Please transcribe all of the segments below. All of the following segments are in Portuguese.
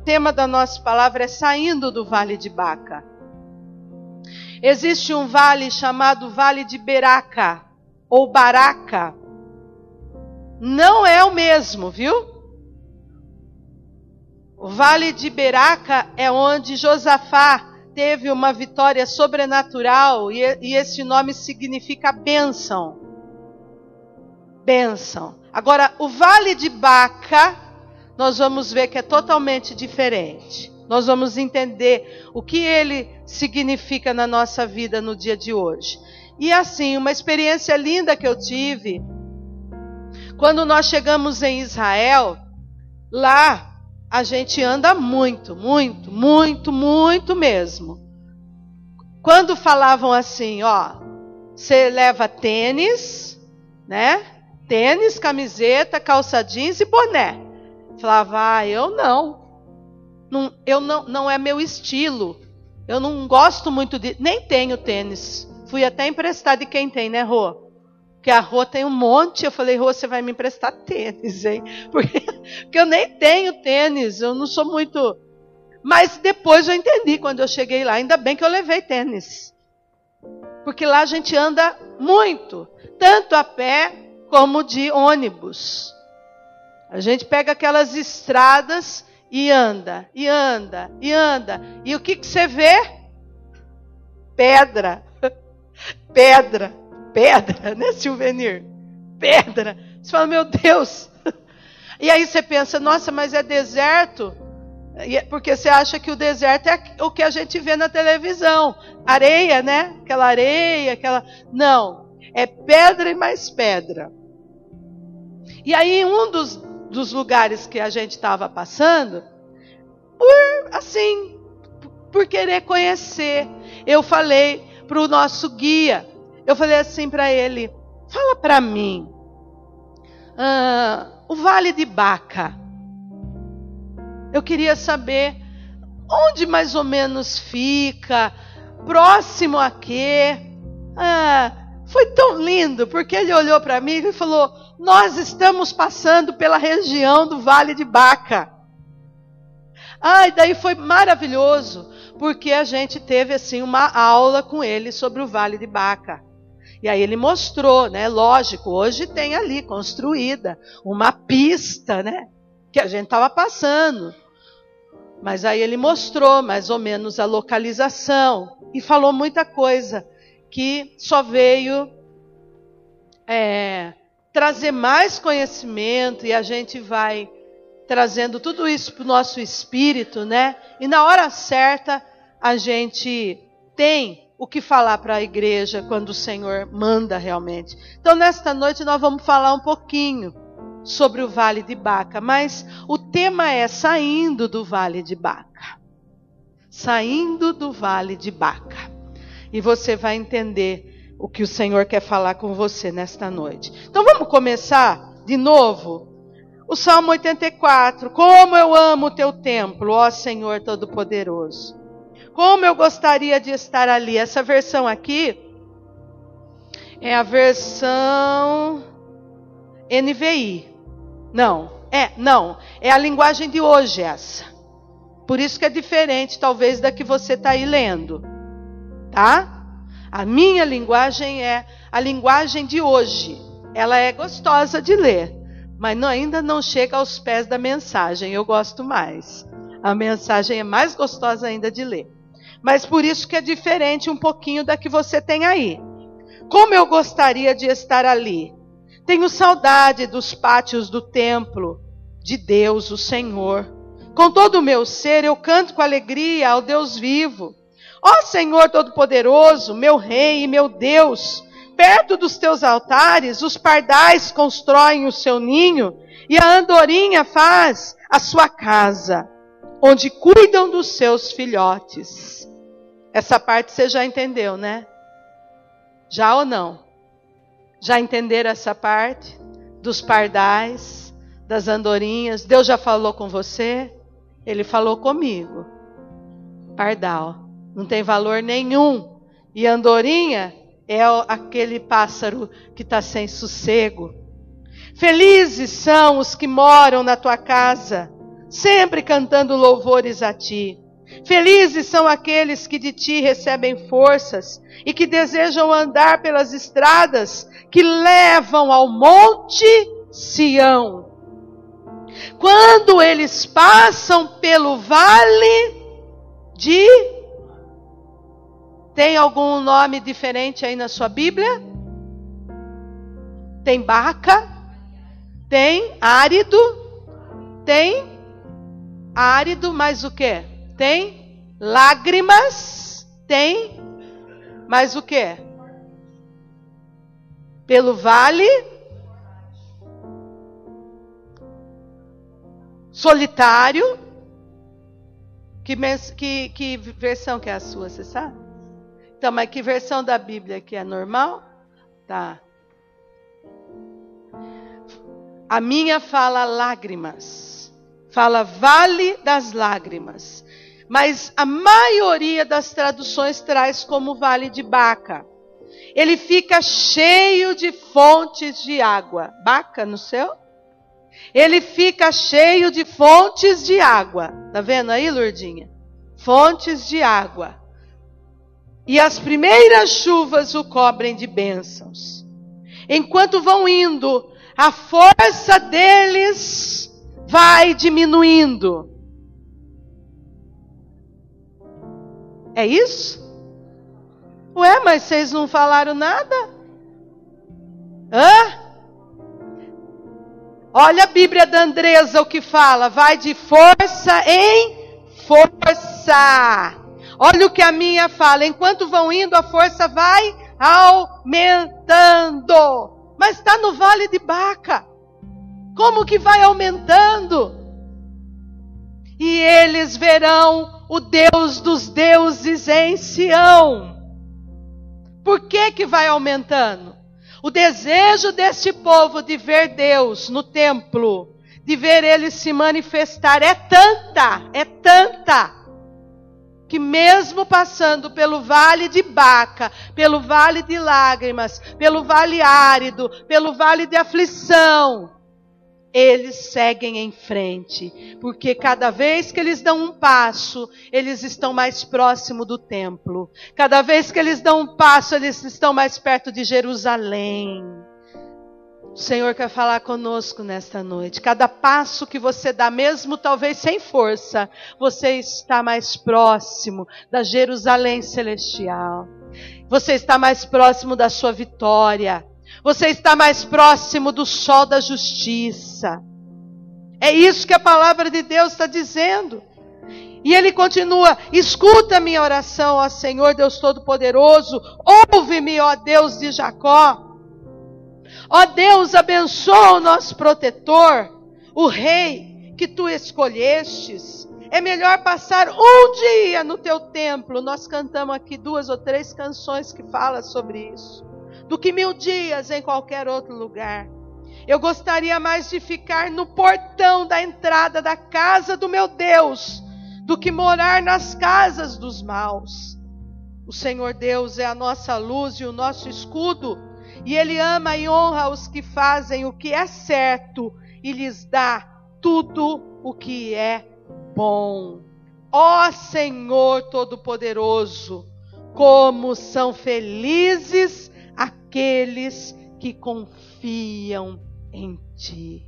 tema da nossa palavra é saindo do Vale de Baca. Existe um vale chamado Vale de Beraca, ou Baraca. Não é o mesmo, viu? O Vale de Beraca é onde Josafá teve uma vitória sobrenatural e esse nome significa bênção. Bênção. Agora, o Vale de Baca, nós vamos ver que é totalmente diferente. Nós vamos entender o que ele significa na nossa vida no dia de hoje. E assim, uma experiência linda que eu tive, quando nós chegamos em Israel, lá a gente anda muito, muito, muito, muito mesmo. Quando falavam assim, ó, você leva tênis, né? Tênis, camiseta, calça jeans e boné. Falava, eu não. Não é meu estilo. Eu não gosto muito de... Nem tenho tênis. Fui até emprestar de quem tem, né, Rô? Porque a Rô tem um monte. Eu falei, Rô, você vai me emprestar tênis, hein? Porque eu nem tenho tênis. Eu não sou muito... Mas depois eu entendi quando eu cheguei lá. Ainda bem que eu levei tênis. Porque lá a gente anda muito. Tanto a pé como de ônibus. A gente pega aquelas estradas e anda, e anda, e anda. E o que você vê? Pedra. Pedra. Pedra, né, Silvenir? Pedra. Você fala, meu Deus. E aí você pensa, nossa, mas é deserto? Porque você acha que o deserto é o que a gente vê na televisão. Areia, né? Aquela areia, aquela... Não, é pedra e mais pedra. E aí um dos lugares que a gente estava passando, por querer conhecer, eu falei para o nosso guia, eu falei assim para ele, fala para mim, o Vale de Baca, eu queria saber onde mais ou menos fica, próximo a quê? Foi tão lindo, porque ele olhou para mim e falou, nós estamos passando pela região do Vale de Baca. E daí foi maravilhoso, porque a gente teve assim uma aula com ele sobre o Vale de Baca. E aí ele mostrou, né? Lógico, hoje tem ali construída uma pista, né? Que a gente estava passando. Mas aí ele mostrou mais ou menos a localização e falou muita coisa que só veio trazer mais conhecimento e a gente vai trazendo tudo isso para o nosso espírito, né? E na hora certa a gente tem o que falar para a igreja quando o Senhor manda realmente. Então nesta noite nós vamos falar um pouquinho sobre o Vale de Baca, mas o tema é saindo do Vale de Baca. Saindo do Vale de Baca. E você vai entender o que o Senhor quer falar com você nesta noite. Então vamos começar de novo. O Salmo 84. Como eu amo o teu templo, ó Senhor Todo-Poderoso. Como eu gostaria de estar ali. Essa versão aqui é a versão NVI. Não. É a linguagem de hoje essa. Por isso que é diferente, talvez, da que você está aí lendo. Tá? A minha linguagem é a linguagem de hoje. Ela é gostosa de ler, mas ainda não chega aos pés da mensagem. Eu gosto mais. A mensagem é mais gostosa ainda de ler. Mas por isso que é diferente um pouquinho da que você tem aí. Como eu gostaria de estar ali. Tenho saudade dos pátios do templo de Deus, o Senhor. Com todo o meu ser eu canto com alegria ao Deus vivo. Ó Senhor Todo-Poderoso, meu Rei e meu Deus, perto dos teus altares, os pardais constroem o seu ninho e a andorinha faz a sua casa, onde cuidam dos seus filhotes. Essa parte você já entendeu, né? Já ou não? Já entenderam essa parte? Dos pardais, das andorinhas. Deus já falou com você? Ele falou comigo. Pardal. Não tem valor nenhum. E andorinha é aquele pássaro que está sem sossego. Felizes são os que moram na tua casa, sempre cantando louvores a ti. Felizes são aqueles que de ti recebem forças e que desejam andar pelas estradas que levam ao monte Sião. Quando eles passam pelo vale de... Tem algum nome diferente aí na sua Bíblia? Tem Baca? Tem árido? Tem árido, mas o quê? Tem lágrimas? Tem mais o quê? Pelo vale solitário. Que versão que é a sua, você sabe? Então, mas que versão da Bíblia que é normal? Tá. A minha fala lágrimas. Fala vale das lágrimas. Mas a maioria das traduções traz como vale de Baca. Ele fica cheio de fontes de água. Baca no céu? Ele fica cheio de fontes de água. Tá vendo aí, Lourdinha? Fontes de água. E as primeiras chuvas o cobrem de bênçãos. Enquanto vão indo, a força deles vai diminuindo. É isso? Ué, mas vocês não falaram nada? Hã? Olha a Bíblia da Andresa o que fala. Vai de força em força. Olha o que a minha fala. Enquanto vão indo, a força vai aumentando. Mas está no vale de Baca. Como que vai aumentando? E eles verão o Deus dos deuses em Sião. Por que vai aumentando? O desejo deste povo de ver Deus no templo, de ver Ele se manifestar, é tanta, que mesmo passando pelo vale de Baca, pelo vale de lágrimas, pelo vale árido, pelo vale de aflição, eles seguem em frente, porque cada vez que eles dão um passo, eles estão mais próximo do templo. Cada vez que eles dão um passo, eles estão mais perto de Jerusalém. O Senhor quer falar conosco nesta noite. Cada passo que você dá, mesmo talvez sem força, você está mais próximo da Jerusalém celestial. Você está mais próximo da sua vitória. Você está mais próximo do sol da justiça. É isso que a palavra de Deus está dizendo. E ele continua: escuta a minha oração, ó Senhor Deus Todo-Poderoso. Ouve-me, ó Deus de Jacó. Ó Deus, abençoa o nosso protetor, o rei que tu escolhestes. É melhor passar um dia no teu templo. Nós cantamos aqui 2 ou 3 canções que falam sobre isso. Do que 1000 dias em qualquer outro lugar. Eu gostaria mais de ficar no portão da entrada da casa do meu Deus, do que morar nas casas dos maus. O Senhor Deus é a nossa luz e o nosso escudo, e Ele ama e honra os que fazem o que é certo, e lhes dá tudo o que é bom. Ó Senhor Todo-Poderoso, como são felizes aqueles que confiam em Ti.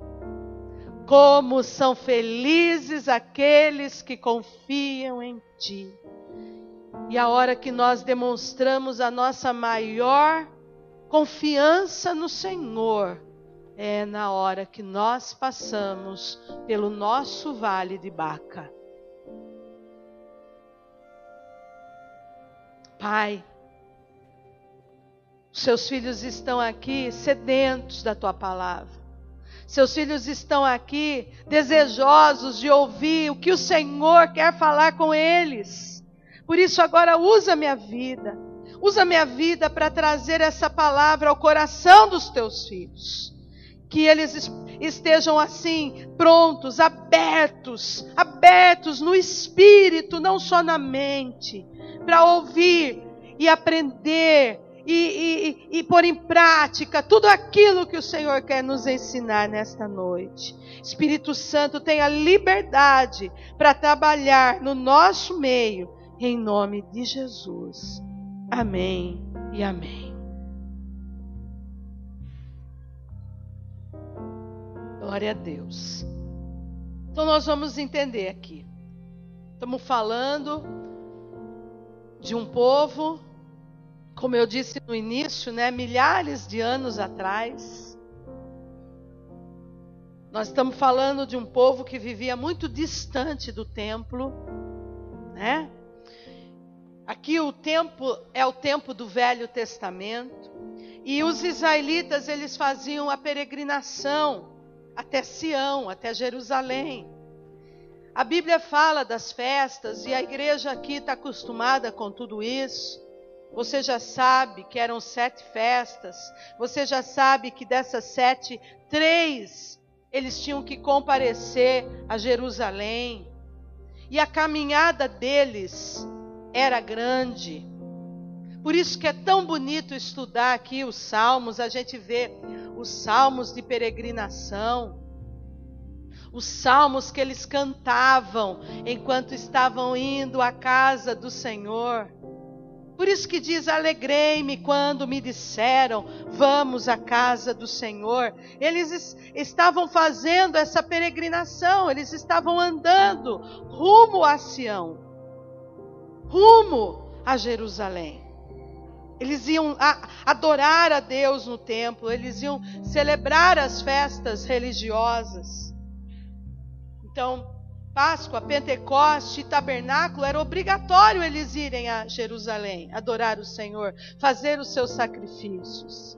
Como são felizes aqueles que confiam em Ti. E a hora que nós demonstramos a nossa maior confiança no Senhor, é na hora que nós passamos pelo nosso vale de Baca. Pai, seus filhos estão aqui sedentos da Tua palavra. Seus filhos estão aqui desejosos de ouvir o que o Senhor quer falar com eles. Por isso agora usa minha vida. Usa minha vida para trazer essa palavra ao coração dos Teus filhos. Que eles estejam assim, prontos, abertos no espírito, não só na mente, para ouvir e aprender e pôr em prática tudo aquilo que o Senhor quer nos ensinar nesta noite. Espírito Santo, tenha liberdade para trabalhar no nosso meio, em nome de Jesus. Amém e amém. Glória a Deus. Então nós vamos entender aqui. Estamos falando de um povo, como eu disse no início, né, milhares de anos atrás. Nós estamos falando de um povo que vivia muito distante do templo, né? Aqui o tempo é o tempo do Velho Testamento. E os israelitas, eles faziam a peregrinação até Sião, até Jerusalém. A Bíblia fala das festas e a igreja aqui está acostumada com tudo isso. Você já sabe que eram 7 festas. Você já sabe que dessas 7, 3 eles tinham que comparecer a Jerusalém. E a caminhada deles era grande. Por isso que é tão bonito estudar aqui os salmos. A gente vê os salmos de peregrinação. Os salmos que eles cantavam enquanto estavam indo à casa do Senhor. Por isso que diz, alegrei-me quando me disseram, vamos à casa do Senhor. Eles estavam fazendo essa peregrinação, eles estavam andando rumo a Sião, rumo a Jerusalém. Eles iam adorar a Deus no templo, eles iam celebrar as festas religiosas. Então, Páscoa, Pentecoste e Tabernáculo, era obrigatório eles irem a Jerusalém, adorar o Senhor, fazer os seus sacrifícios.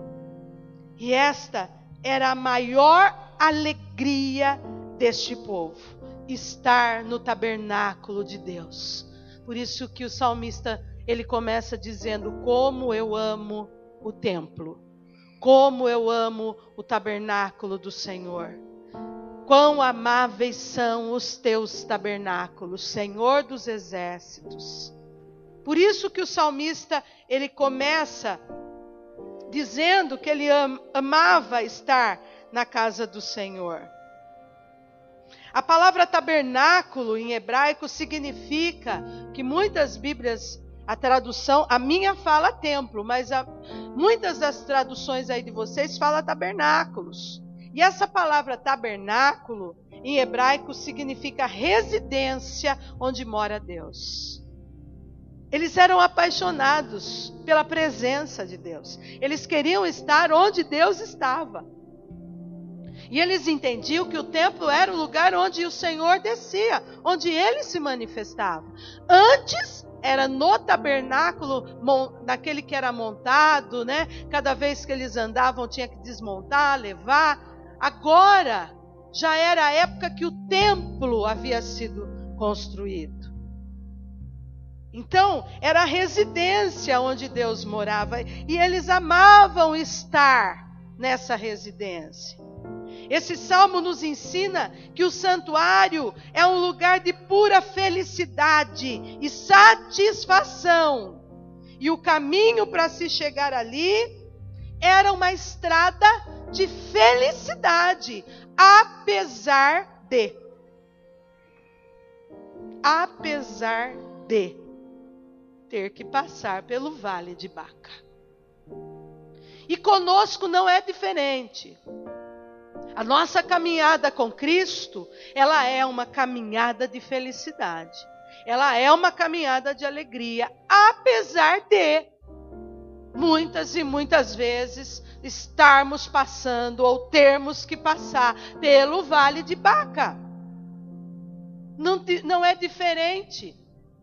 E esta era a maior alegria deste povo, estar no tabernáculo de Deus. Por isso que o salmista, ele começa dizendo, como eu amo o templo, como eu amo o tabernáculo do Senhor. Quão amáveis são os teus tabernáculos, Senhor dos exércitos. Por isso que o salmista, ele começa dizendo que ele amava estar na casa do Senhor. A palavra tabernáculo em hebraico significa que muitas Bíblias, a tradução, a minha fala templo, mas muitas das traduções aí de vocês falam tabernáculos. E essa palavra tabernáculo, em hebraico, significa residência onde mora Deus. Eles eram apaixonados pela presença de Deus. Eles queriam estar onde Deus estava. E eles entendiam que o templo era o lugar onde o Senhor descia, onde Ele se manifestava. Antes era no tabernáculo, naquele que era montado, né? Cada vez que eles andavam tinha que desmontar, levar. Agora, já era a época que o templo havia sido construído. Então, era a residência onde Deus morava. E eles amavam estar nessa residência. Esse salmo nos ensina que o santuário é um lugar de pura felicidade e satisfação. E o caminho para se chegar ali era uma estrada de felicidade, apesar de ter que passar pelo vale de Baca. E conosco não é diferente. A nossa caminhada com Cristo, ela é uma caminhada de felicidade. Ela é uma caminhada de alegria, apesar de muitas e muitas vezes estarmos passando ou termos que passar pelo vale de Baca. Não é diferente.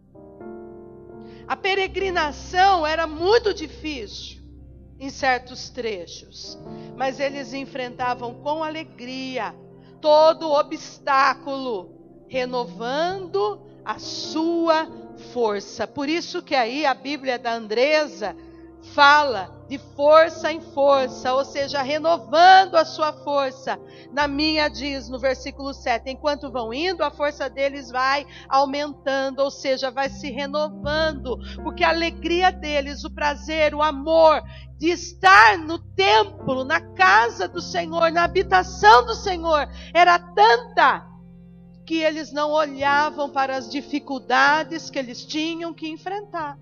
A peregrinação era muito difícil em certos trechos, mas eles enfrentavam com alegria todo obstáculo, renovando a sua força. Por isso que aí a Bíblia da Andresa fala de força em força, ou seja, renovando a sua força. Na minha diz no versículo 7, enquanto vão indo, a força deles vai aumentando, ou seja, vai se renovando, porque a alegria deles, o prazer, o amor de estar no templo, na casa do Senhor, na habitação do Senhor, era tanta que eles não olhavam para as dificuldades que eles tinham que enfrentar.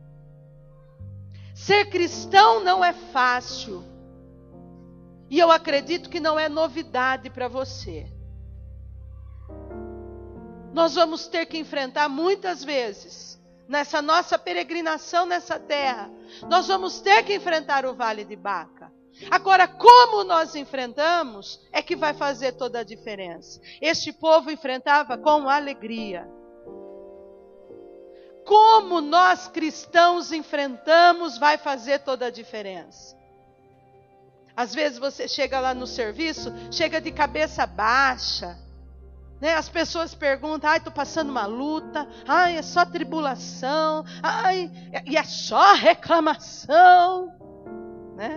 Ser cristão não é fácil. E eu acredito que não é novidade para você. Nós vamos ter que enfrentar muitas vezes, nessa nossa peregrinação nessa terra, nós vamos ter que enfrentar o Vale de Baca. Agora, como nós enfrentamos, é que vai fazer toda a diferença. Este povo enfrentava com alegria. Como nós cristãos enfrentamos, vai fazer toda a diferença. Às vezes você chega lá no serviço, chega de cabeça baixa, né? As pessoas perguntam, ai, estou passando uma luta, ai, é só tribulação, ai, e é só reclamação, né?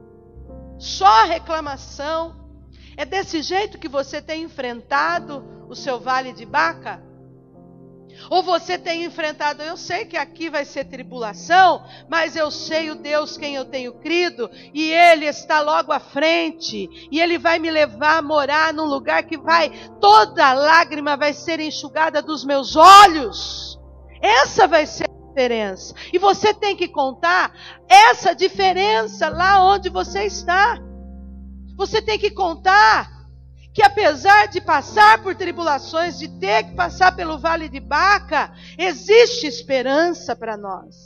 Só reclamação. É desse jeito que você tem enfrentado o seu Vale de Baca? Ou você tem enfrentado, eu sei que aqui vai ser tribulação, mas eu sei o Deus quem eu tenho crido, e Ele está logo à frente, e Ele vai me levar a morar num lugar que toda lágrima vai ser enxugada dos meus olhos. Essa vai ser a diferença. E você tem que contar essa diferença lá onde você está. Você tem que contar que apesar de passar por tribulações, de ter que passar pelo Vale de Baca, existe esperança para nós.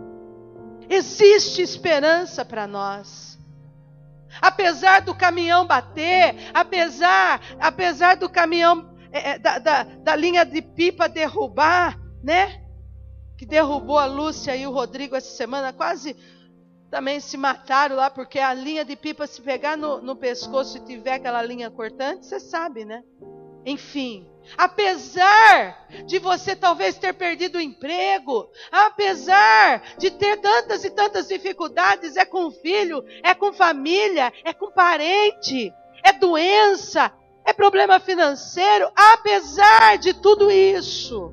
Existe esperança para nós. Apesar do caminhão bater, apesar do caminhão da linha de pipa derrubar, né? Que derrubou a Lúcia e o Rodrigo essa semana, quase também se mataram lá, porque a linha de pipa, se pegar no pescoço e tiver aquela linha cortante, você sabe, né? Enfim, apesar de você talvez ter perdido o emprego, apesar de ter tantas e tantas dificuldades, é com filho, é com família, é com parente, é doença, é problema financeiro, apesar de tudo isso,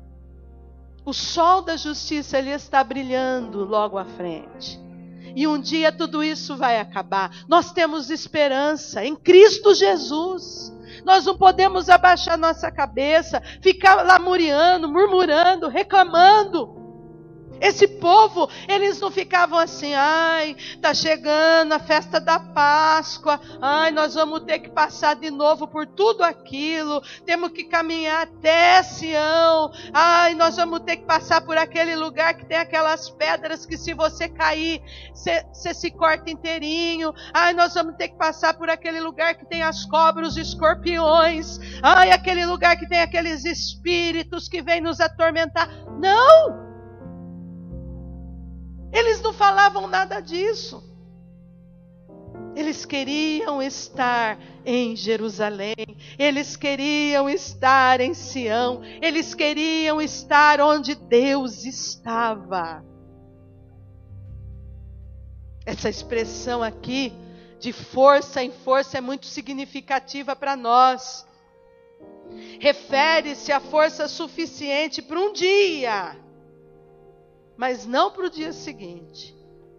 o sol da justiça, ele está brilhando logo à frente. E um dia tudo isso vai acabar. Nós temos esperança em Cristo Jesus. Nós não podemos abaixar nossa cabeça, ficar lamuriando, murmurando, reclamando. Esse povo, eles não ficavam assim, ai, está chegando a festa da Páscoa, ai, nós vamos ter que passar de novo por tudo aquilo, temos que caminhar até Sião, ai, nós vamos ter que passar por aquele lugar que tem aquelas pedras que se você cair, você se corta inteirinho, ai, nós vamos ter que passar por aquele lugar que tem as cobras, os escorpiões, ai, aquele lugar que tem aqueles espíritos que vêm nos atormentar. Não! Eles não falavam nada disso. Eles queriam estar em Jerusalém. Eles queriam estar em Sião. Eles queriam estar onde Deus estava. Essa expressão aqui, de força em força, é muito significativa para nós. Refere-se à força suficiente para um dia, mas não para o dia seguinte.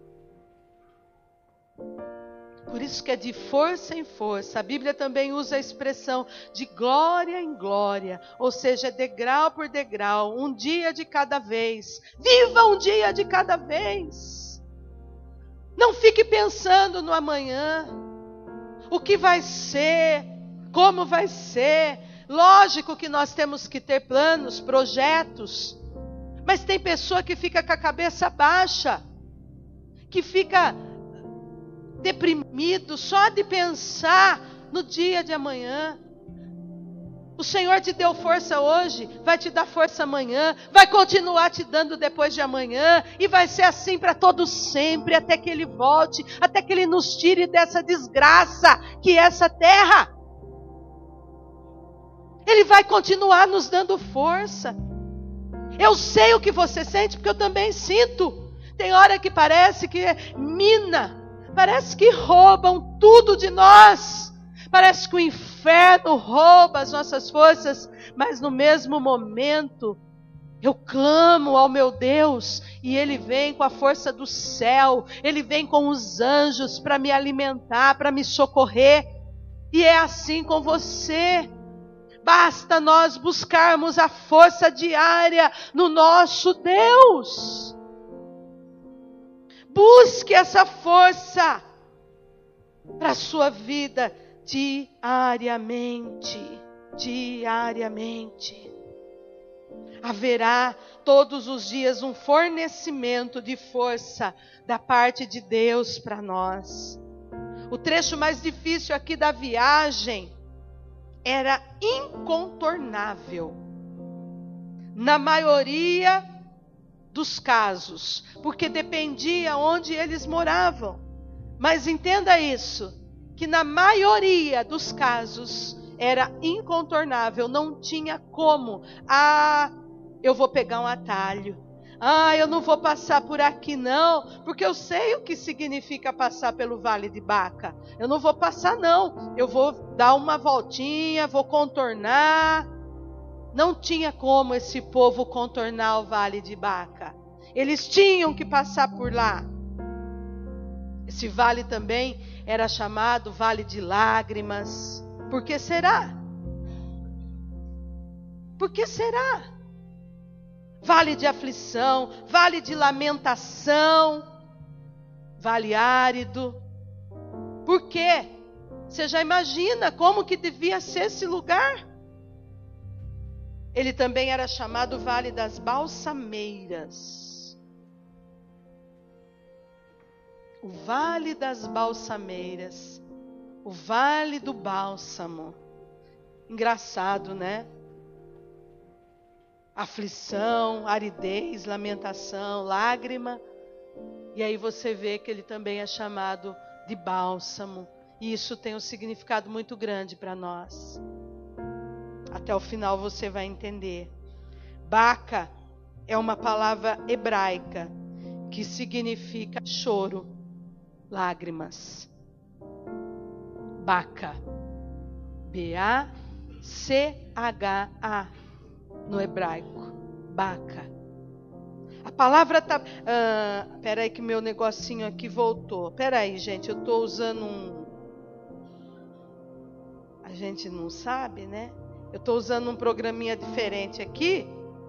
Por isso que é de força em força. A Bíblia também usa a expressão de glória em glória, ou seja, degrau por degrau, um dia de cada vez. Viva um dia de cada vez. Não fique pensando no amanhã, o que vai ser, como vai ser. Lógico que nós temos que ter planos, projetos, mas tem pessoa que fica com a cabeça baixa, que fica deprimido só de pensar no dia de amanhã. O Senhor te deu força hoje, vai te dar força amanhã, vai continuar te dando depois de amanhã, e vai ser assim para todos sempre, até que Ele volte, até que Ele nos tire dessa desgraça que é essa terra. Ele vai continuar nos dando força. Eu sei o que você sente, porque eu também sinto. tem hora que parece que é mina, parece que roubam tudo de nós. Parece que o inferno rouba as nossas forças, mas no mesmo momento eu clamo ao meu Deus e Ele vem com a força do céu, Ele vem com os anjos para me alimentar, para me socorrer. E é assim com você. Basta nós buscarmos a força diária no nosso Deus. Busque essa força para a sua vida diariamente. Diariamente. Haverá todos os dias um fornecimento de força da parte de Deus para nós. O trecho mais difícil aqui da viagem era incontornável. Na maioria dos casos, porque dependia onde eles moravam. Mas entenda isso, que na maioria dos casos era incontornável, não tinha como. Eu vou pegar um atalho. Eu não vou passar por aqui não, porque eu sei o que significa passar pelo Vale de Baca. Eu não vou passar não, eu vou dar uma voltinha, vou contornar. Não tinha como esse povo contornar o Vale de Baca. Eles tinham que passar por lá. Esse vale também era chamado Vale de Lágrimas. Por que será? Por que será? Vale de aflição, vale de lamentação, vale árido. Por quê? Você já imagina como que devia ser esse lugar? Ele também era chamado Vale das Balsameiras. O Vale das Balsameiras. O Vale do Bálsamo. Engraçado, né? Aflição, aridez, lamentação, lágrima. E aí você vê que ele também é chamado de bálsamo. E isso tem um significado muito grande para nós. Até o final você vai entender. Baca é uma palavra hebraica que significa choro, lágrimas. Baca. B-A-C-H-A no hebraico. Baca. A palavra está... Espera aí que meu negocinho aqui voltou. Espera aí, gente. Eu estou usando um... A gente não sabe, né? Eu estou usando um programinha diferente aqui.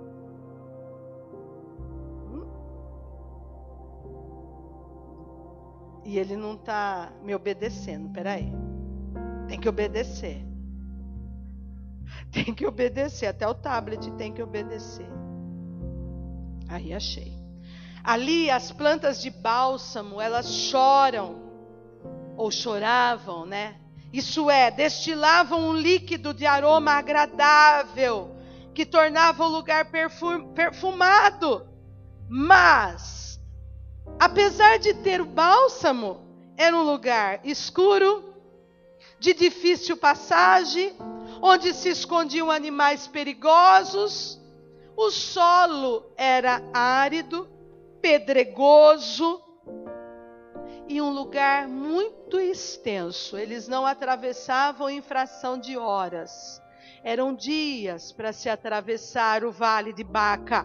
E ele não está me obedecendo. Espera aí. Tem que obedecer. Tem que obedecer. Até o tablet tem que obedecer. Aí achei. Ali as plantas de bálsamo, elas choram. Ou choravam, né? Isso é, destilavam um líquido de aroma agradável. Que tornava o lugar perfumado. Mas, apesar de ter o bálsamo, era um lugar escuro, de difícil passagem, onde se escondiam animais perigosos. O solo era árido, pedregoso e um lugar muito extenso. Eles não atravessavam em fração de horas. Eram dias para se atravessar o Vale de Baca.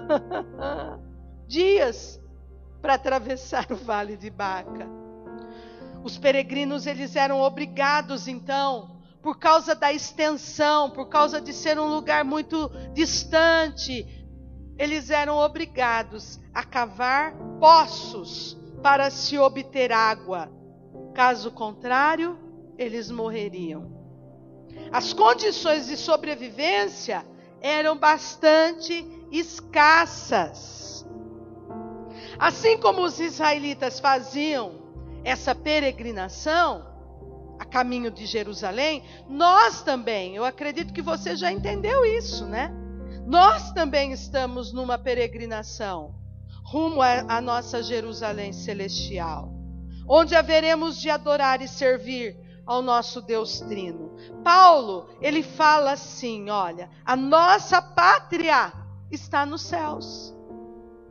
Dias para atravessar o Vale de Baca. Os peregrinos, eles eram obrigados, então, por causa da extensão, por causa de ser um lugar muito distante, eles eram obrigados a cavar poços para se obter água. Caso contrário, eles morreriam. As condições de sobrevivência eram bastante escassas. Assim como os israelitas faziam essa peregrinação a caminho de Jerusalém, nós também, eu acredito que você já entendeu isso, né? Nós também estamos numa peregrinação rumo à nossa Jerusalém celestial, onde haveremos de adorar e servir ao nosso Deus Trino. Paulo, ele fala assim, olha, a nossa pátria está nos céus.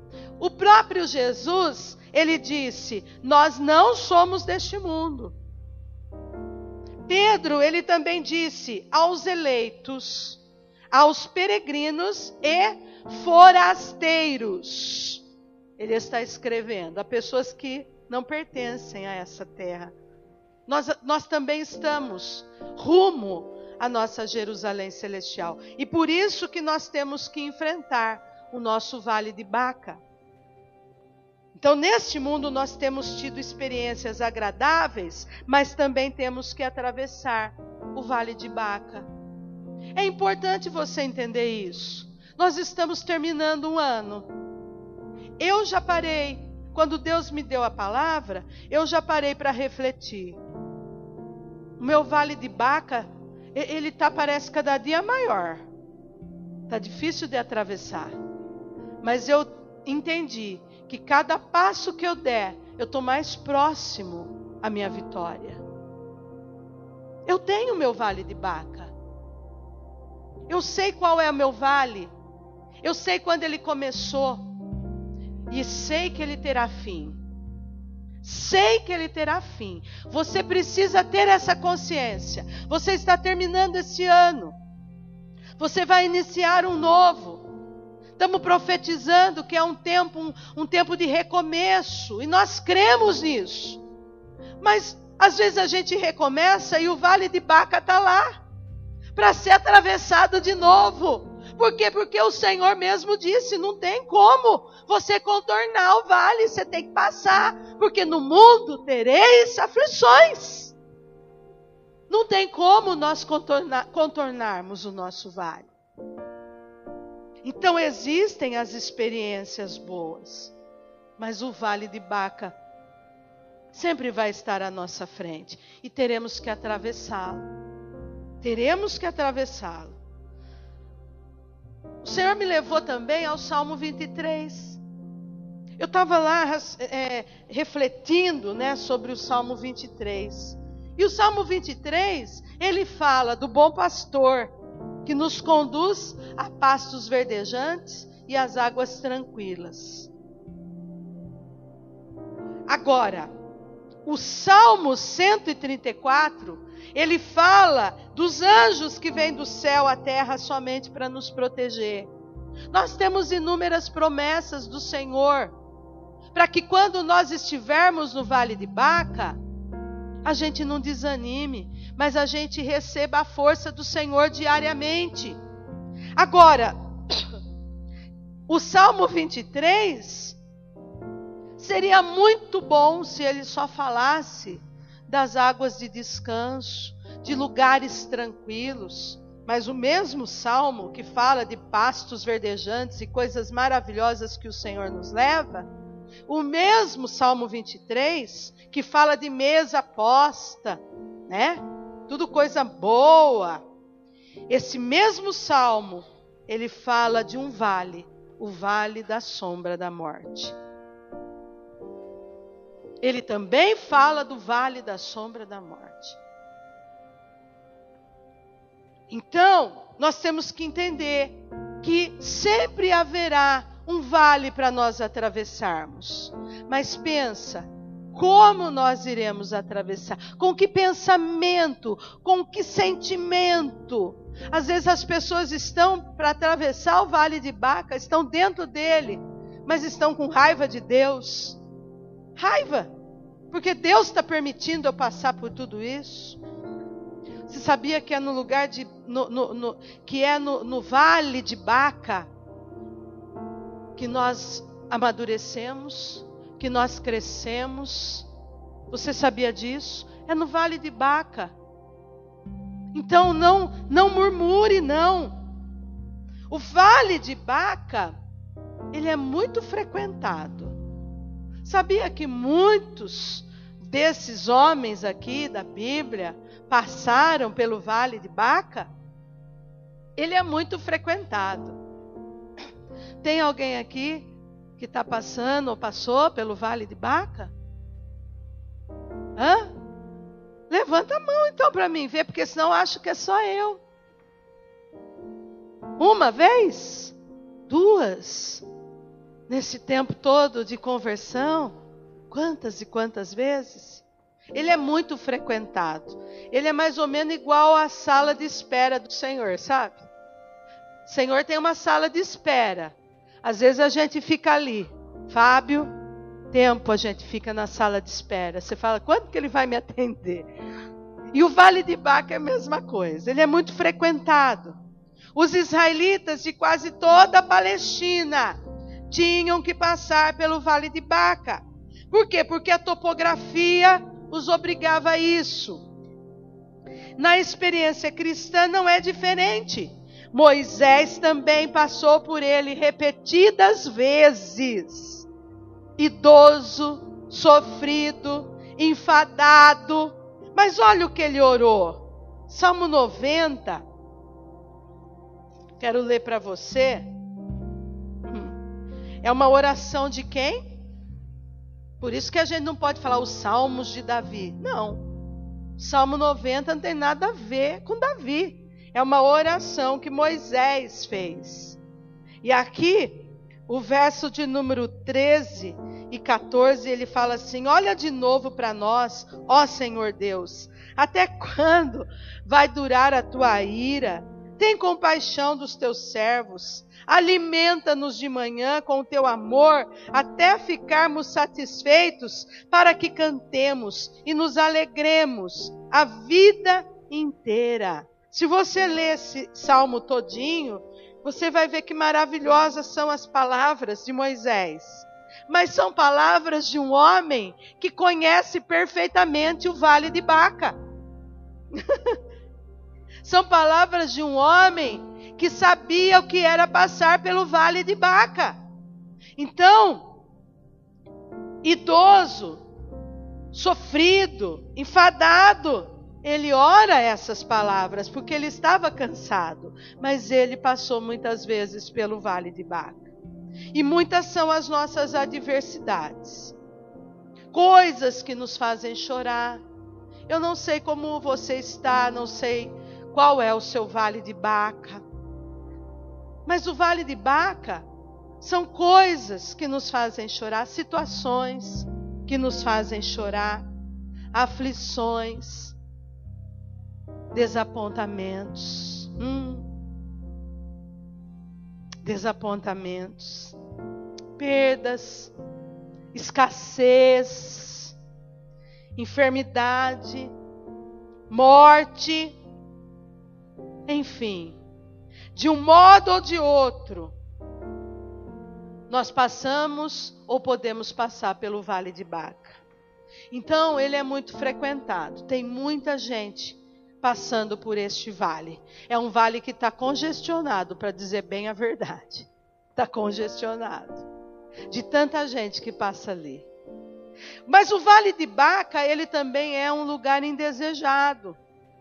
O próprio Jesus, ele disse: nós não somos deste mundo. Pedro, ele também disse aos eleitos, aos peregrinos e forasteiros. Ele está escrevendo a pessoas que não pertencem a essa terra. Nós também estamos rumo à nossa Jerusalém celestial. E por isso que nós temos que enfrentar o nosso vale de Baca. Então, neste mundo, nós temos tido experiências agradáveis, mas também temos que atravessar o vale de Baca. É importante você entender isso. Nós estamos terminando um ano. Eu já parei, quando Deus me deu a palavra, eu já parei para refletir. O meu vale de Baca, ele parece cada dia maior. Está difícil de atravessar. Mas eu entendi que cada passo que eu der, eu estou mais próximo à minha vitória. Eu tenho o meu vale de Baca. Eu sei qual é o meu vale. Eu sei quando ele começou. E sei que ele terá fim. Sei que ele terá fim. Você precisa ter essa consciência. Você está terminando esse ano. Você vai iniciar um novo. Estamos profetizando que é um tempo de recomeço. E nós cremos nisso. Mas às vezes a gente recomeça e o vale de Baca está lá. Para ser atravessado de novo. Por quê? Porque o Senhor mesmo disse, não tem como você contornar o vale, você tem que passar. Porque no mundo tereis aflições. Não tem como nós contornarmos o nosso vale. Então existem as experiências boas, mas o vale de Baca sempre vai estar à nossa frente e teremos que atravessá-lo. Teremos que atravessá-lo. O Senhor me levou também ao Salmo 23. Eu estava lá refletindo, sobre o Salmo 23. E o Salmo 23, ele fala do bom pastor, que nos conduz a pastos verdejantes e às águas tranquilas. Agora, o Salmo 134, ele fala dos anjos que vêm do céu à terra somente para nos proteger. Nós temos inúmeras promessas do Senhor, para que quando nós estivermos no vale de Baca, a gente não desanime, mas a gente receba a força do Senhor diariamente. Agora, o Salmo 23, seria muito bom se ele só falasse das águas de descanso, de lugares tranquilos. Mas o mesmo Salmo que fala de pastos verdejantes e coisas maravilhosas que o Senhor nos leva, o mesmo Salmo 23, que fala de mesa posta, tudo coisa boa. Esse mesmo Salmo, ele fala de um vale, o vale da sombra da morte. Ele também fala do vale da sombra da morte. Então, nós temos que entender que sempre haverá um vale para nós atravessarmos. Mas pensa, como nós iremos atravessar? Com que pensamento? Com que sentimento? Às vezes as pessoas estão para atravessar o vale de Baca, estão dentro dele, mas estão com raiva de Deus. Raiva, porque Deus está permitindo eu passar por tudo isso. Você sabia que é no lugar no vale de Baca que nós amadurecemos, que nós crescemos? Você sabia disso? É no vale de Baca. Então não murmure, não. O vale de Baca, ele é muito frequentado. Sabia que muitos desses homens aqui da Bíblia passaram pelo vale de Baca? Ele é muito frequentado. Tem alguém aqui que está passando ou passou pelo vale de Baca? Levanta a mão então para mim ver, porque senão eu acho que é só eu. Uma vez? Duas? nesse tempo todo de conversão, quantas e quantas vezes? Ele é muito frequentado. Ele é mais ou menos igual à sala de espera do Senhor, sabe? O Senhor tem uma sala de espera. Às vezes a gente fica ali. Fábio, tempo a gente fica na sala de espera. Você fala, quando que ele vai me atender? E o Vale de Baca é a mesma coisa. Ele é muito frequentado. Os israelitas de quase toda a Palestina tinham que passar pelo Vale de Baca. Por quê? Porque a topografia os obrigava a isso. Na experiência cristã não é diferente. Moisés também passou por ele repetidas vezes. Idoso, sofrido, enfadado. Mas olha o que ele orou. Salmo 90. Quero ler para você. É uma oração de quem? Por isso que a gente não pode falar os salmos de Davi. Não. Salmo 90 não tem nada a ver com Davi. É uma oração que Moisés fez. E aqui, o verso de número 13 e 14, ele fala assim: olha de novo para nós, ó Senhor Deus, até quando vai durar a tua ira? Tem compaixão dos teus servos. Alimenta-nos de manhã com o teu amor, até ficarmos satisfeitos, para que cantemos e nos alegremos a vida inteira. Se você ler esse salmo todinho, você vai ver que maravilhosas são as palavras de Moisés. Mas são palavras de um homem que conhece perfeitamente o Vale de Baca. São palavras de um homem que sabia o que era passar pelo Vale de Baca. Então, idoso, sofrido, enfadado, ele ora essas palavras porque ele estava cansado. Mas ele passou muitas vezes pelo Vale de Baca. E muitas são as nossas adversidades. Coisas que nos fazem chorar. Eu não sei como você está, não sei qual é o seu Vale de Baca. Mas o Vale de Baca são coisas que nos fazem chorar, situações que nos fazem chorar, aflições, desapontamentos. Desapontamentos, perdas, escassez, enfermidade, morte, enfim, de um modo ou de outro, nós passamos ou podemos passar pelo Vale de Baca. Então, ele é muito frequentado, tem muita gente passando por este vale. É um vale que está congestionado, para dizer bem a verdade. Está congestionado. De tanta gente que passa ali. Mas o Vale de Baca, ele também é um lugar indesejado.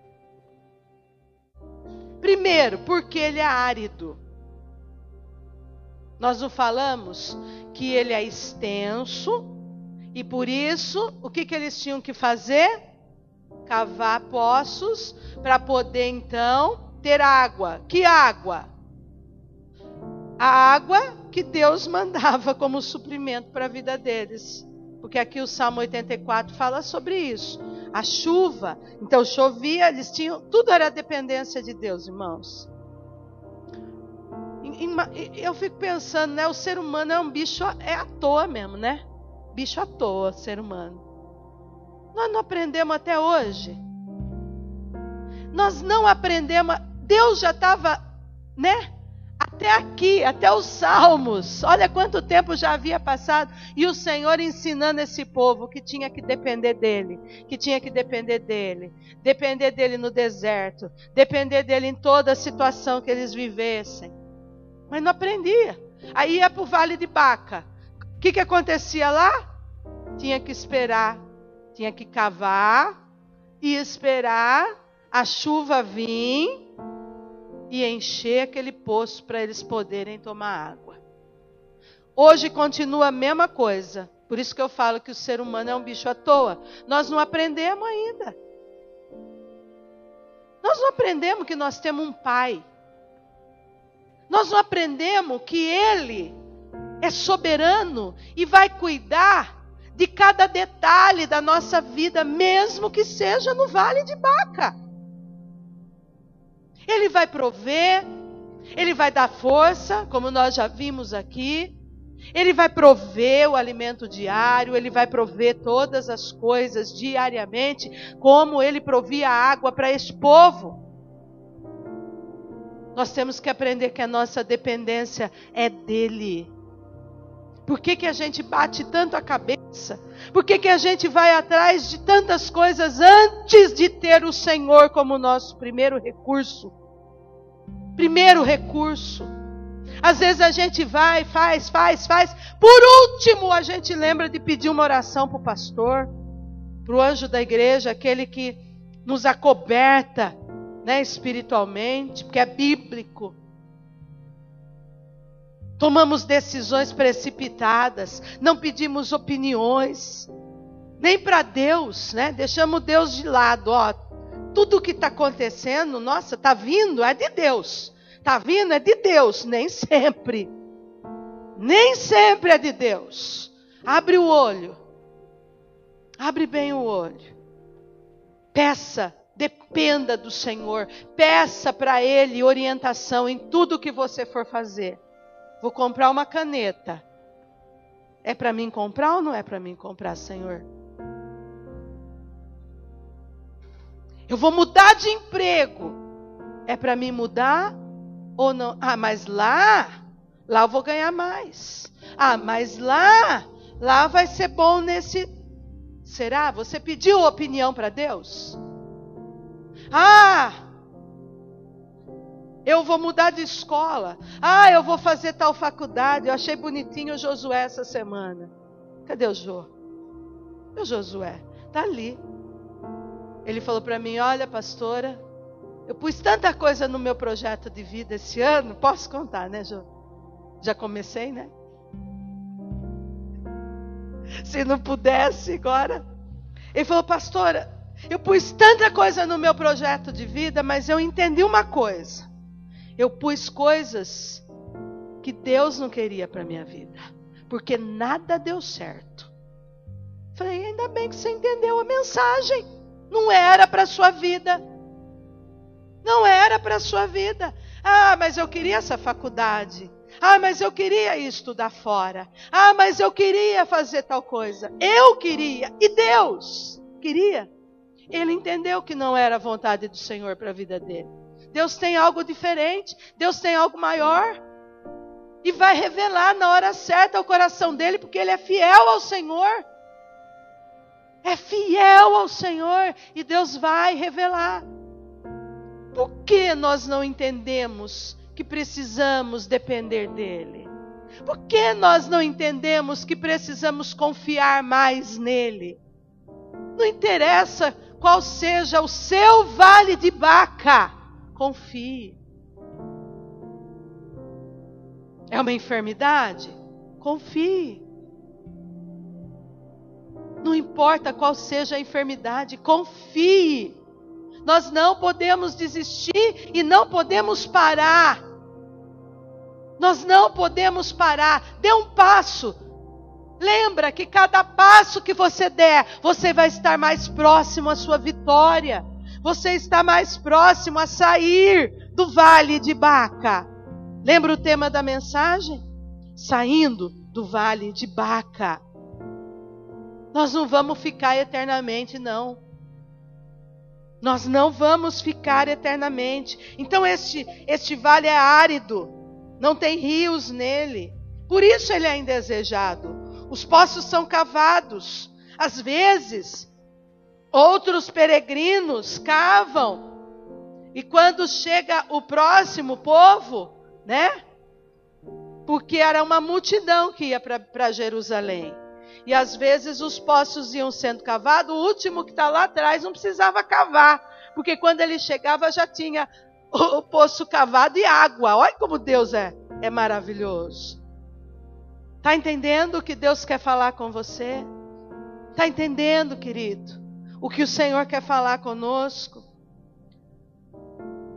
Primeiro, porque ele é árido. Nós não falamos que ele é extenso, e por isso, o que eles tinham que fazer? Cavar poços para poder então ter água. Que água? A água que Deus mandava como suprimento para a vida deles. Porque aqui o Salmo 84 fala sobre isso. A chuva, então chovia, eles tinham, tudo era dependência de Deus, irmãos. Eu fico pensando, né? O ser humano é um bicho, é à toa mesmo, né? Bicho à toa, ser humano. Nós não aprendemos até hoje. Nós não aprendemos. Deus já estava, né? Até aqui, até os Salmos. Olha quanto tempo já havia passado. E o Senhor ensinando esse povo que tinha que depender dEle. Que tinha que depender dEle. Depender dEle no deserto. Depender dEle em toda a situação que eles vivessem. Mas não aprendia. Aí ia para o Vale de Baca. O que acontecia lá? Tinha que esperar. Tinha que cavar e esperar a chuva vir e encher aquele poço para eles poderem tomar água. Hoje continua a mesma coisa. Por isso que eu falo que o ser humano é um bicho à toa. Nós não aprendemos ainda. Nós não aprendemos que nós temos um pai. Nós não aprendemos que Ele é soberano e vai cuidar de cada detalhe da nossa vida, mesmo que seja no vale de Baca. Ele vai prover, Ele vai dar força, como nós já vimos aqui. Ele vai prover o alimento diário, Ele vai prover todas as coisas diariamente, como Ele provia água para este povo. Nós temos que aprender que a nossa dependência é dEle. Por que a gente bate tanto a cabeça? Por que a gente vai atrás de tantas coisas antes de ter o Senhor como nosso primeiro recurso? Primeiro recurso. Às vezes a gente vai, faz. Por último, a gente lembra de pedir uma oração para o pastor, para o anjo da igreja, aquele que nos acoberta, né, espiritualmente, porque é bíblico. Tomamos decisões precipitadas, não pedimos opiniões, nem para Deus, né? Deixamos Deus de lado. Ó, tudo que está acontecendo, nossa, está vindo, é de Deus. Está vindo, é de Deus. Nem sempre é de Deus. Abre o olho, abre bem o olho. Peça, dependa do Senhor. Peça para Ele orientação em tudo que você for fazer. Vou comprar uma caneta. É para mim comprar ou não é para mim comprar, Senhor? Eu vou mudar de emprego. É para mim mudar ou não? Ah, mas lá eu vou ganhar mais. Ah, mas lá vai ser bom nesse... Será? Você pediu opinião para Deus? Ah, eu vou mudar de escola. Ah, eu vou fazer tal faculdade. Eu achei bonitinho o Josué essa semana. Cadê o Jô? O Josué? Está ali. Ele falou para mim, olha, pastora, eu pus tanta coisa no meu projeto de vida esse ano. Posso contar, né, Jô? Já comecei, né? Se não pudesse agora. Ele falou, pastora, eu pus tanta coisa no meu projeto de vida, mas eu entendi uma coisa. Eu pus coisas que Deus não queria para a minha vida. Porque nada deu certo. Falei, ainda bem que você entendeu a mensagem. Não era para a sua vida. Não era para a sua vida. Ah, mas eu queria essa faculdade. Ah, mas eu queria estudar fora. Ah, mas eu queria fazer tal coisa. Eu queria. E Deus queria. Ele entendeu que não era a vontade do Senhor para a vida dele. Deus tem algo diferente. Deus tem algo maior. E vai revelar na hora certa o coração dele, porque ele é fiel ao Senhor. É fiel ao Senhor. E Deus vai revelar. Por que nós não entendemos que precisamos depender dele? Por que nós não entendemos que precisamos confiar mais nele? Não interessa qual seja o seu vale de Baca, confie. É uma enfermidade? Confie. Não importa qual seja a enfermidade, confie. Nós não podemos desistir e não podemos parar. Nós não podemos parar. Dê um passo. Lembra que cada passo que você der, você vai estar mais próximo à sua vitória. Você está mais próximo a sair do vale de Baca. Lembra o tema da mensagem? Saindo do vale de Baca. Nós não vamos ficar eternamente, não. Nós não vamos ficar eternamente. Então este vale é árido. Não tem rios nele. Por isso ele é indesejado. Os poços são cavados. Às vezes, outros peregrinos cavam. E quando chega o próximo povo, né? Porque era uma multidão que ia para Jerusalém. E às vezes os poços iam sendo cavados, o último que está lá atrás não precisava cavar, porque quando ele chegava já tinha o poço cavado e água. Olha como Deus é maravilhoso. Está entendendo o que Deus quer falar com você? Está entendendo, querido? O que o Senhor quer falar conosco?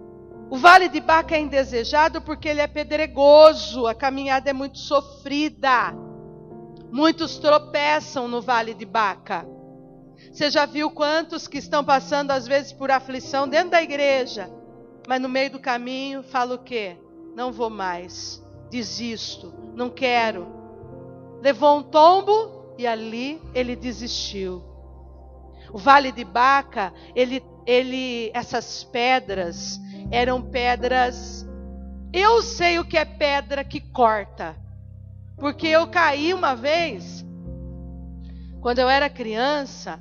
O Vale de Baca é indesejado porque ele é pedregoso, a caminhada é muito sofrida. Muitos tropeçam no Vale de Baca. Você já viu quantos que estão passando às vezes por aflição dentro da igreja, mas no meio do caminho fala o quê? Não vou mais, desisto, não quero. Levou um tombo e ali ele desistiu. O Vale de Baca, essas pedras eram pedras. Eu sei o que é pedra que corta, porque eu caí uma vez, quando eu era criança.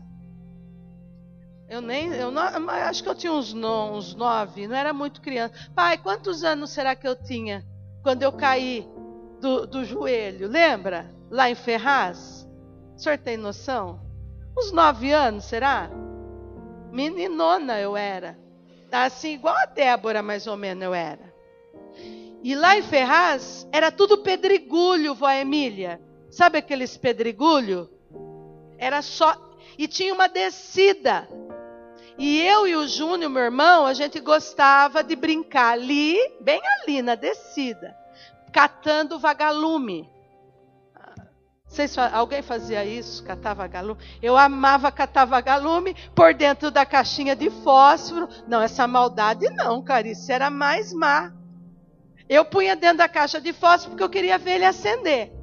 Acho que eu tinha uns 9, não era muito criança. Pai, quantos anos será que eu tinha quando eu caí do joelho? Lembra? Lá em Ferraz? O senhor tem noção? Uns 9 anos, será? Meninona eu era. Assim, igual a Débora, mais ou menos, eu era. E lá em Ferraz, era tudo pedregulho, vó Emília. Sabe aqueles pedregulho? Era só... E tinha uma descida. E eu e o Júnior, meu irmão, a gente gostava de brincar ali, bem ali na descida, catando vagalume. Alguém fazia isso, catar vagalume? Eu amava catar vagalume por dentro da caixinha de fósforo. Não, essa maldade não, Clarice, era mais má. Eu punha dentro da caixa de fósforo porque eu queria ver ele acender.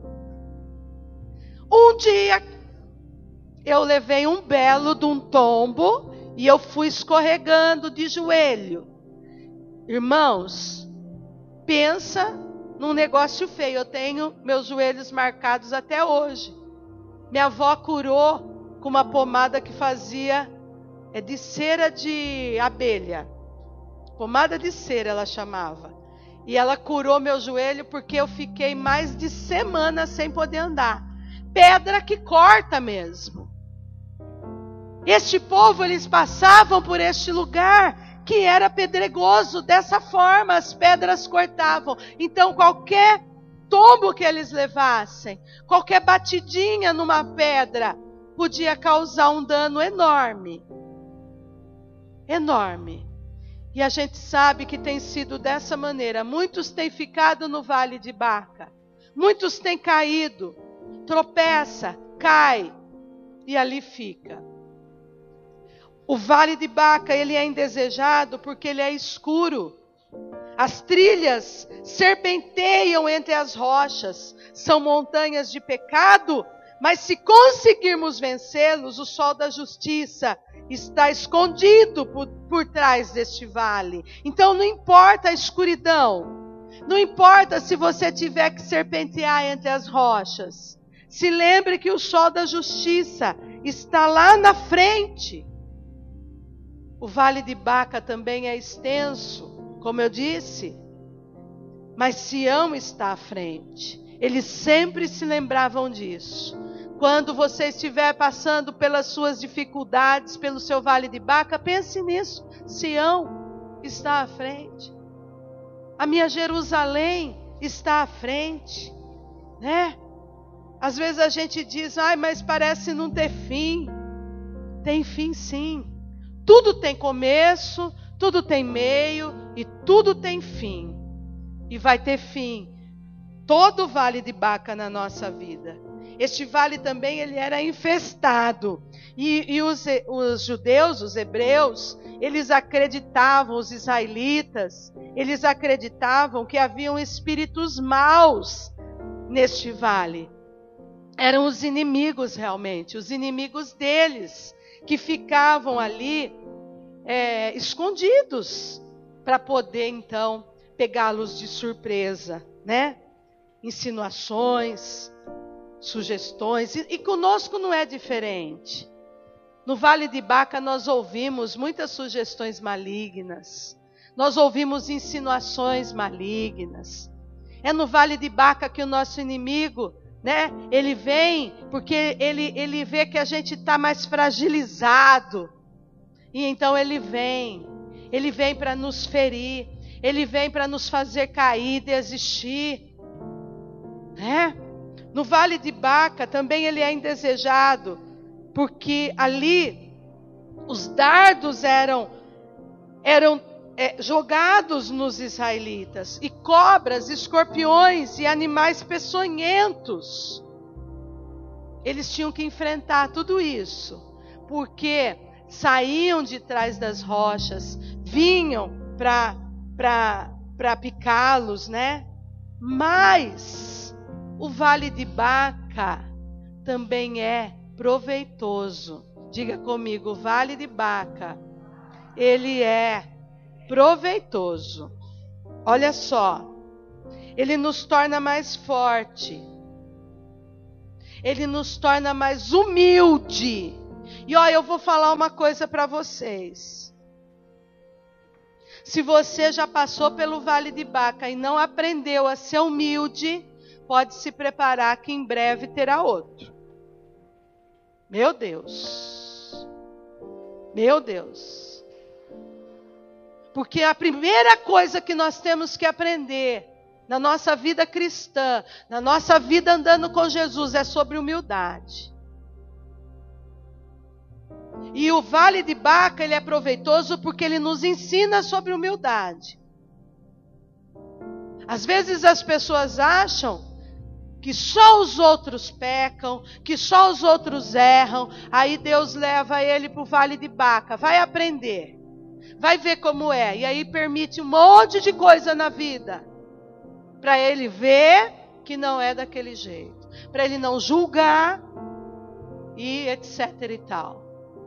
Um dia, eu levei um belo de um tombo e eu fui escorregando de joelho. Irmãos, pensa num negócio feio. Eu tenho meus joelhos marcados até hoje. Minha avó curou com uma pomada que fazia de cera de abelha. Pomada de cera ela chamava. E ela curou meu joelho porque eu fiquei mais de semana sem poder andar. Pedra que corta mesmo. Este povo, eles passavam por este lugar que era pedregoso, dessa forma as pedras cortavam. Então qualquer tombo que eles levassem, qualquer batidinha numa pedra, podia causar um dano enorme. Enorme. E a gente sabe que tem sido dessa maneira. Muitos têm ficado no Vale de Baca. Muitos têm caído, tropeça, cai e ali fica. O Vale de Baca, ele é indesejado porque ele é escuro. As trilhas serpenteiam entre as rochas. São montanhas de pecado, mas se conseguirmos vencê-los, o sol da justiça está escondido por trás deste vale. Então não importa a escuridão. Não importa se você tiver que serpentear entre as rochas. Se lembre que o sol da justiça está lá na frente. O Vale de Baca também é extenso, como eu disse, mas Sião está à frente. Eles sempre se lembravam disso. Quando você estiver passando pelas suas dificuldades, pelo seu Vale de Baca, pense nisso. Sião está à frente. A minha Jerusalém está à frente, né? Às vezes a gente diz, mas parece não ter fim. Tem fim sim. Tudo tem começo, tudo tem meio e tudo tem fim. E vai ter fim. Todo o Vale de Baca na nossa vida. Este vale também ele era infestado. E os judeus, os hebreus, eles acreditavam, os israelitas, eles acreditavam que haviam espíritos maus neste vale. Eram os inimigos realmente, os inimigos deles, que ficavam ali escondidos para poder então pegá-los de surpresa, né? Insinuações, sugestões, e conosco não é diferente. No Vale de Baca nós ouvimos muitas sugestões malignas, nós ouvimos insinuações malignas. É no Vale de Baca que o nosso inimigo, né? Ele vem porque ele vê que a gente está mais fragilizado. E então ele vem para nos ferir, ele vem para nos fazer cair, desistir. Né? No Vale de Baca também ele é indesejado, porque ali os dardos eram jogados nos israelitas, e cobras, escorpiões e animais peçonhentos. Eles tinham que enfrentar tudo isso, porque saíam de trás das rochas, vinham para picá-los, né? Mas o Vale de Baca também é proveitoso. Diga comigo, o Vale de Baca, ele é proveitoso. Olha só, ele nos torna mais forte, ele nos torna mais humilde. E ó, eu vou falar uma coisa para vocês. Se você já passou pelo Vale de Baca e não aprendeu a ser humilde, pode se preparar que em breve terá outro. Meu Deus. Meu Deus. Porque a primeira coisa que nós temos que aprender na nossa vida cristã, na nossa vida andando com Jesus, é sobre humildade. E o Vale de Baca, ele é proveitoso porque ele nos ensina sobre humildade. Às vezes as pessoas acham que só os outros pecam, que só os outros erram, aí Deus leva ele para o Vale de Baca, vai aprender, vai ver como é, e aí permite um monte de coisa na vida, para ele ver que não é daquele jeito, para ele não julgar, e etc e tal.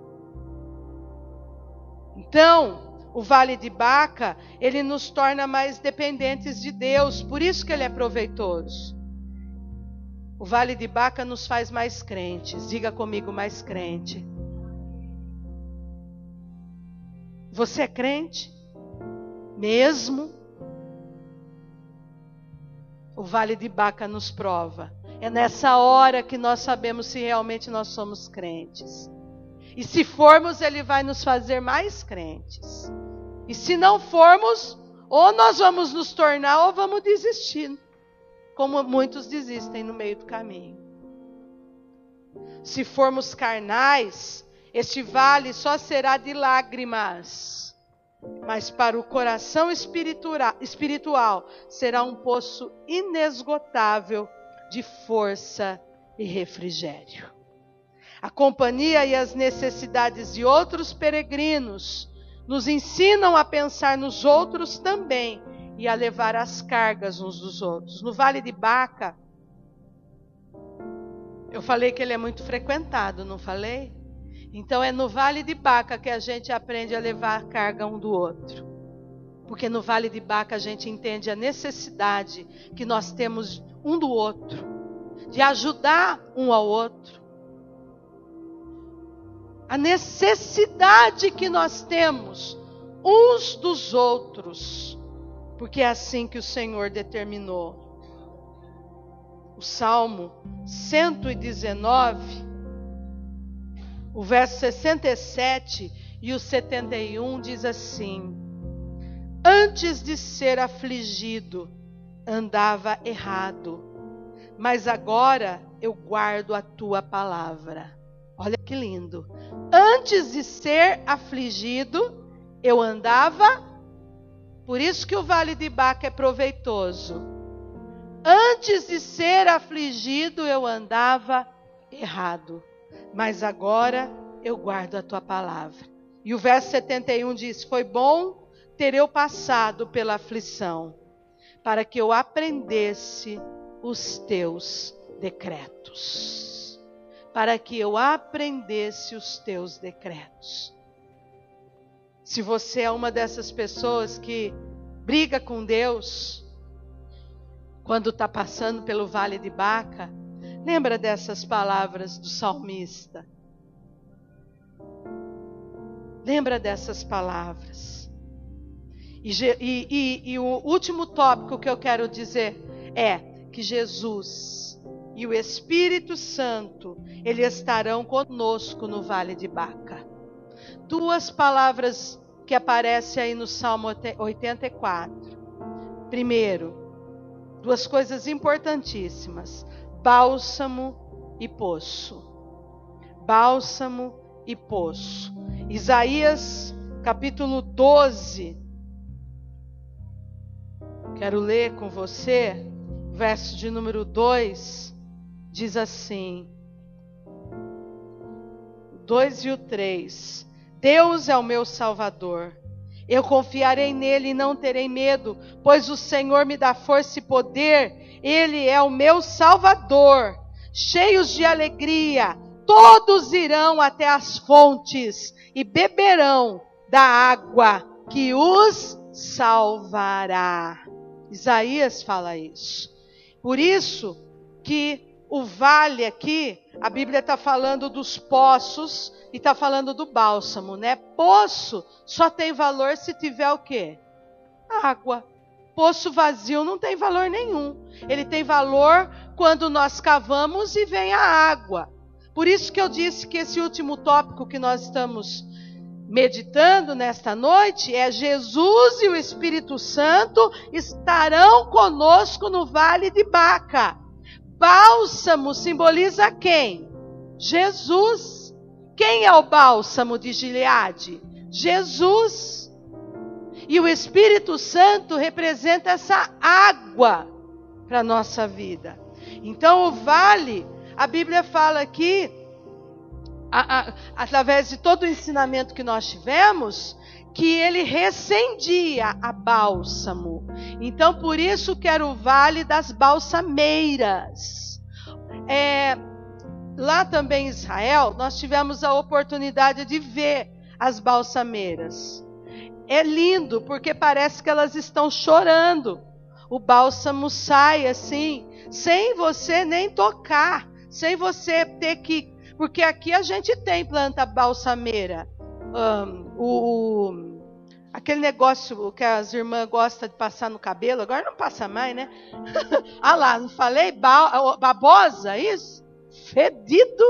Então, o Vale de Baca, ele nos torna mais dependentes de Deus, por isso que ele é proveitoso. O Vale de Baca nos faz mais crentes. Diga comigo, mais crente. Você é crente? Mesmo? O Vale de Baca nos prova. É nessa hora que nós sabemos se realmente nós somos crentes. E se formos, ele vai nos fazer mais crentes. E se não formos, ou nós vamos nos tornar ou vamos desistir. Como muitos desistem no meio do caminho. Se formos carnais, este vale só será de lágrimas. Mas para o coração espiritual será um poço inesgotável de força e refrigério. A companhia e as necessidades de outros peregrinos nos ensinam a pensar nos outros também e a levar as cargas uns dos outros. No Vale de Baca, eu falei que ele é muito frequentado, não falei? Então é no Vale de Baca que a gente aprende a levar a carga um do outro. Porque no Vale de Baca a gente entende a necessidade que nós temos um do outro, de ajudar um ao outro. A necessidade que nós temos uns dos outros, porque é assim que o Senhor determinou. O Salmo 119, o verso 67 e o 71 diz assim: antes de ser afligido, andava errado, mas agora eu guardo a tua palavra. Olha que lindo. Antes de ser afligido, eu andava. Por isso que o Vale de Baca é proveitoso. Antes de ser afligido, eu andava errado. Mas agora eu guardo a tua palavra. E o verso 71 diz: foi bom ter eu passado pela aflição, para que eu aprendesse os teus decretos. Para que eu aprendesse os teus decretos. Se você é uma dessas pessoas que briga com Deus, quando está passando pelo Vale de Baca, lembra dessas palavras do salmista. Lembra dessas palavras. E o último tópico que eu quero dizer é que Jesus e o Espírito Santo, eles estarão conosco no Vale de Baca. Duas palavras que aparecem aí no Salmo 84. Primeiro, duas coisas importantíssimas: bálsamo e poço. Bálsamo e poço. Isaías capítulo 12, Quero ler com você, verso de número 2, diz assim, 2 e o 3. Deus é o meu Salvador. Eu confiarei nele e não terei medo, pois o Senhor me dá força e poder. Ele é o meu Salvador. Cheios de alegria, todos irão até as fontes e beberão da água que os salvará. Isaías fala isso. Por isso que o vale aqui, a Bíblia está falando dos poços e está falando do bálsamo, né? Poço só tem valor se tiver o quê? Água. Poço vazio não tem valor nenhum. Ele tem valor quando nós cavamos e vem a água. Por isso que eu disse que esse último tópico que nós estamos meditando nesta noite é Jesus e o Espírito Santo estarão conosco no Vale de Baca. Bálsamo simboliza quem? Jesus. Quem é o bálsamo de Gileade? Jesus. E o Espírito Santo representa essa água para a nossa vida. Então o vale, a Bíblia fala aqui, através de todo o ensinamento que nós tivemos, que ele recendia a bálsamo. Então por isso que era o vale das balsameiras. Lá também em Israel, nós tivemos a oportunidade de ver as balsameiras. É lindo, porque parece que elas estão chorando. O bálsamo sai assim, sem você nem tocar, sem você ter que... Porque aqui a gente tem planta balsameira. Aquele negócio que as irmãs gostam de passar no cabelo, agora não passa mais, né? Ah lá, não falei? Babosa, isso? Fedido.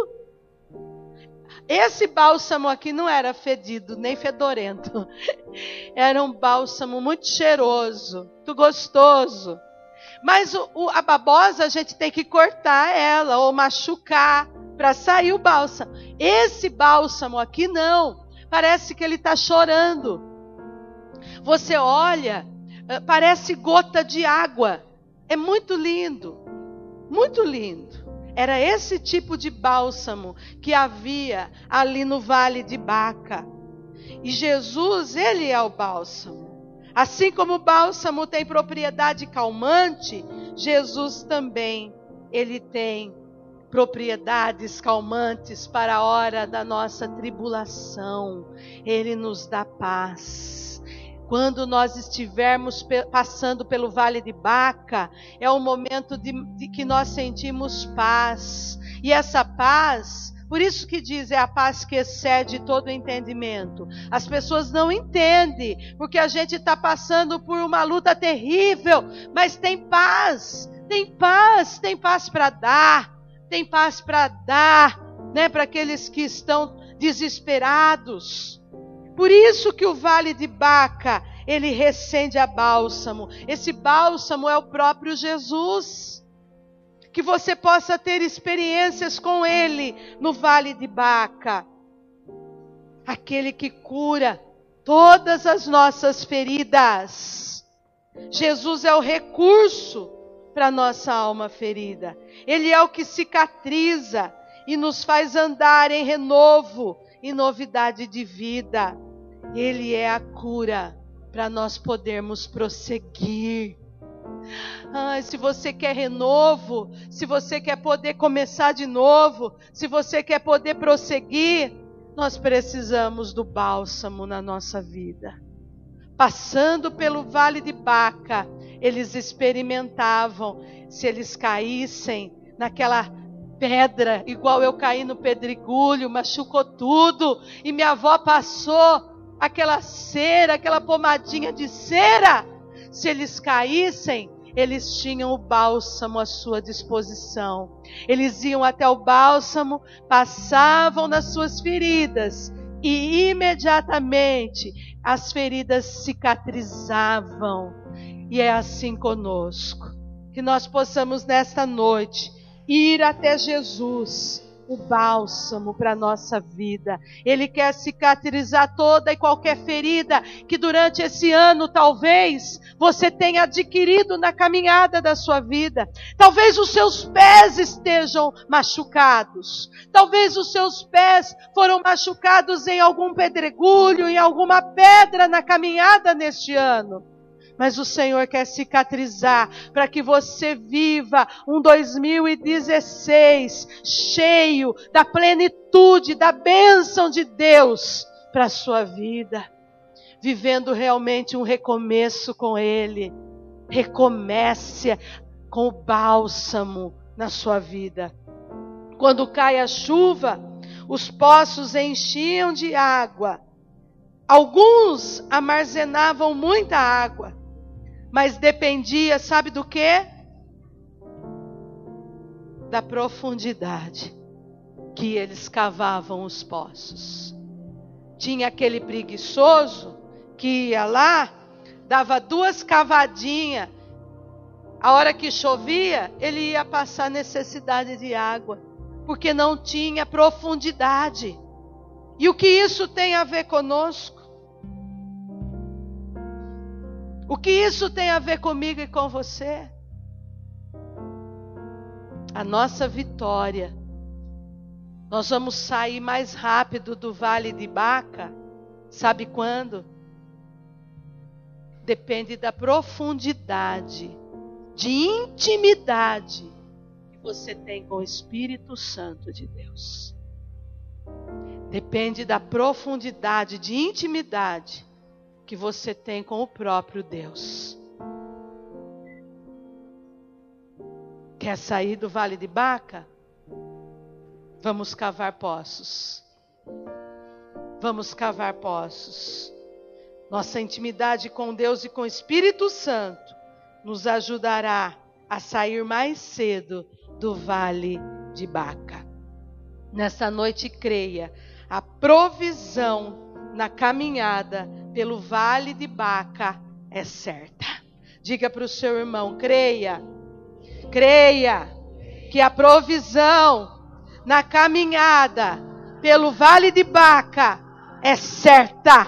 Esse bálsamo aqui não era fedido, nem fedorento. Era um bálsamo muito cheiroso, muito gostoso. Mas a babosa a gente tem que cortar ela ou machucar para sair o bálsamo. Esse bálsamo aqui não. Parece que ele está chorando. Você olha, parece gota de água. É muito lindo. Muito lindo. Era esse tipo de bálsamo que havia ali no Vale de Baca. E Jesus, ele é o bálsamo. Assim como o bálsamo tem propriedade calmante, Jesus também, ele tem propriedades calmantes para a hora da nossa tribulação. Ele nos dá paz. Quando nós estivermos passando pelo Vale de Baca, é o momento de que nós sentimos paz. E essa paz, por isso que diz, é a paz que excede todo entendimento. As pessoas não entendem, porque a gente está passando por uma luta terrível, mas tem paz, tem paz, tem paz para dar. Tem paz para dar, né, para aqueles que estão desesperados. Por isso que o Vale de Baca, ele recende a bálsamo. Esse bálsamo é o próprio Jesus. Que você possa ter experiências com ele no Vale de Baca. Aquele que cura todas as nossas feridas. Jesus é o recurso para nossa alma ferida. Ele é o que cicatriza e nos faz andar em renovo e novidade de vida. Ele é a cura para nós podermos prosseguir. Se você quer renovo, se você quer poder começar de novo, se você quer poder prosseguir, nós precisamos do bálsamo na nossa vida. Passando pelo Vale de Baca, eles experimentavam, se eles caíssem naquela pedra, igual eu caí no pedregulho, machucou tudo, e minha avó passou aquela cera, aquela pomadinha de cera. Se eles caíssem, eles tinham o bálsamo à sua disposição. Eles iam até o bálsamo, passavam nas suas feridas, e imediatamente as feridas cicatrizavam. E é assim conosco. Que nós possamos nesta noite ir até Jesus o bálsamo para a nossa vida. Ele quer cicatrizar toda e qualquer ferida que durante esse ano talvez você tenha adquirido na caminhada da sua vida. Talvez os seus pés estejam machucados. Talvez os seus pés foram machucados em algum pedregulho, em alguma pedra na caminhada neste ano. Mas o Senhor quer cicatrizar para que você viva um 2016 cheio da plenitude, da bênção de Deus para a sua vida. Vivendo realmente um recomeço com Ele. Recomece com o bálsamo na sua vida. Quando cai a chuva, os poços enchiam de água. Alguns armazenavam muita água. Mas dependia, sabe do quê? Da profundidade que eles cavavam os poços. Tinha aquele preguiçoso que ia lá, dava 2 cavadinhas. A hora que chovia, ele ia passar necessidade de água, porque não tinha profundidade. E o que isso tem a ver conosco? O que isso tem a ver comigo e com você? A nossa vitória. Nós vamos sair mais rápido do Vale de Baca. Sabe quando? Depende da profundidade, de intimidade que você tem com o Espírito Santo de Deus. Depende da profundidade, de intimidade que você tem com o próprio Deus. Quer sair do Vale de Baca? Vamos cavar poços. Vamos cavar poços. Nossa intimidade com Deus e com o Espírito Santo nos ajudará a sair mais cedo do Vale de Baca. Nessa noite, creia, a provisão na caminhada pelo Vale de Baca é certa. Diga para o seu irmão, creia que a provisão na caminhada pelo Vale de Baca é certa.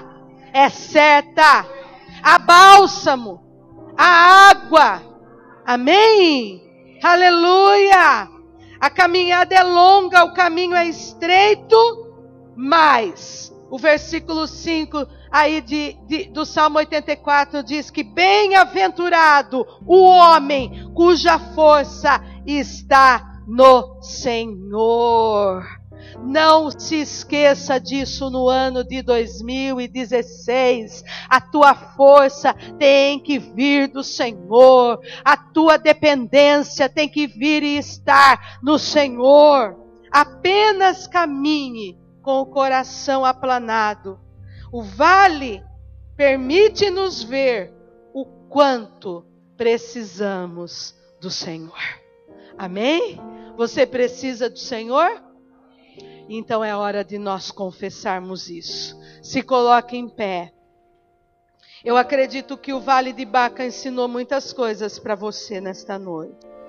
Há bálsamo, há água. Amém? Aleluia! A caminhada é longa, o caminho é estreito, mas o versículo 5 aí do Salmo 84 diz que bem-aventurado o homem cuja força está no Senhor. Não se esqueça disso no ano de 2016. A tua força tem que vir do Senhor. A tua dependência tem que vir e estar no Senhor. Apenas caminhe com o coração aplanado. O vale permite-nos ver o quanto precisamos do Senhor. Amém? Você precisa do Senhor? Então é hora de nós confessarmos isso. Se coloque em pé. Eu acredito que o Vale de Baca ensinou muitas coisas para você nesta noite.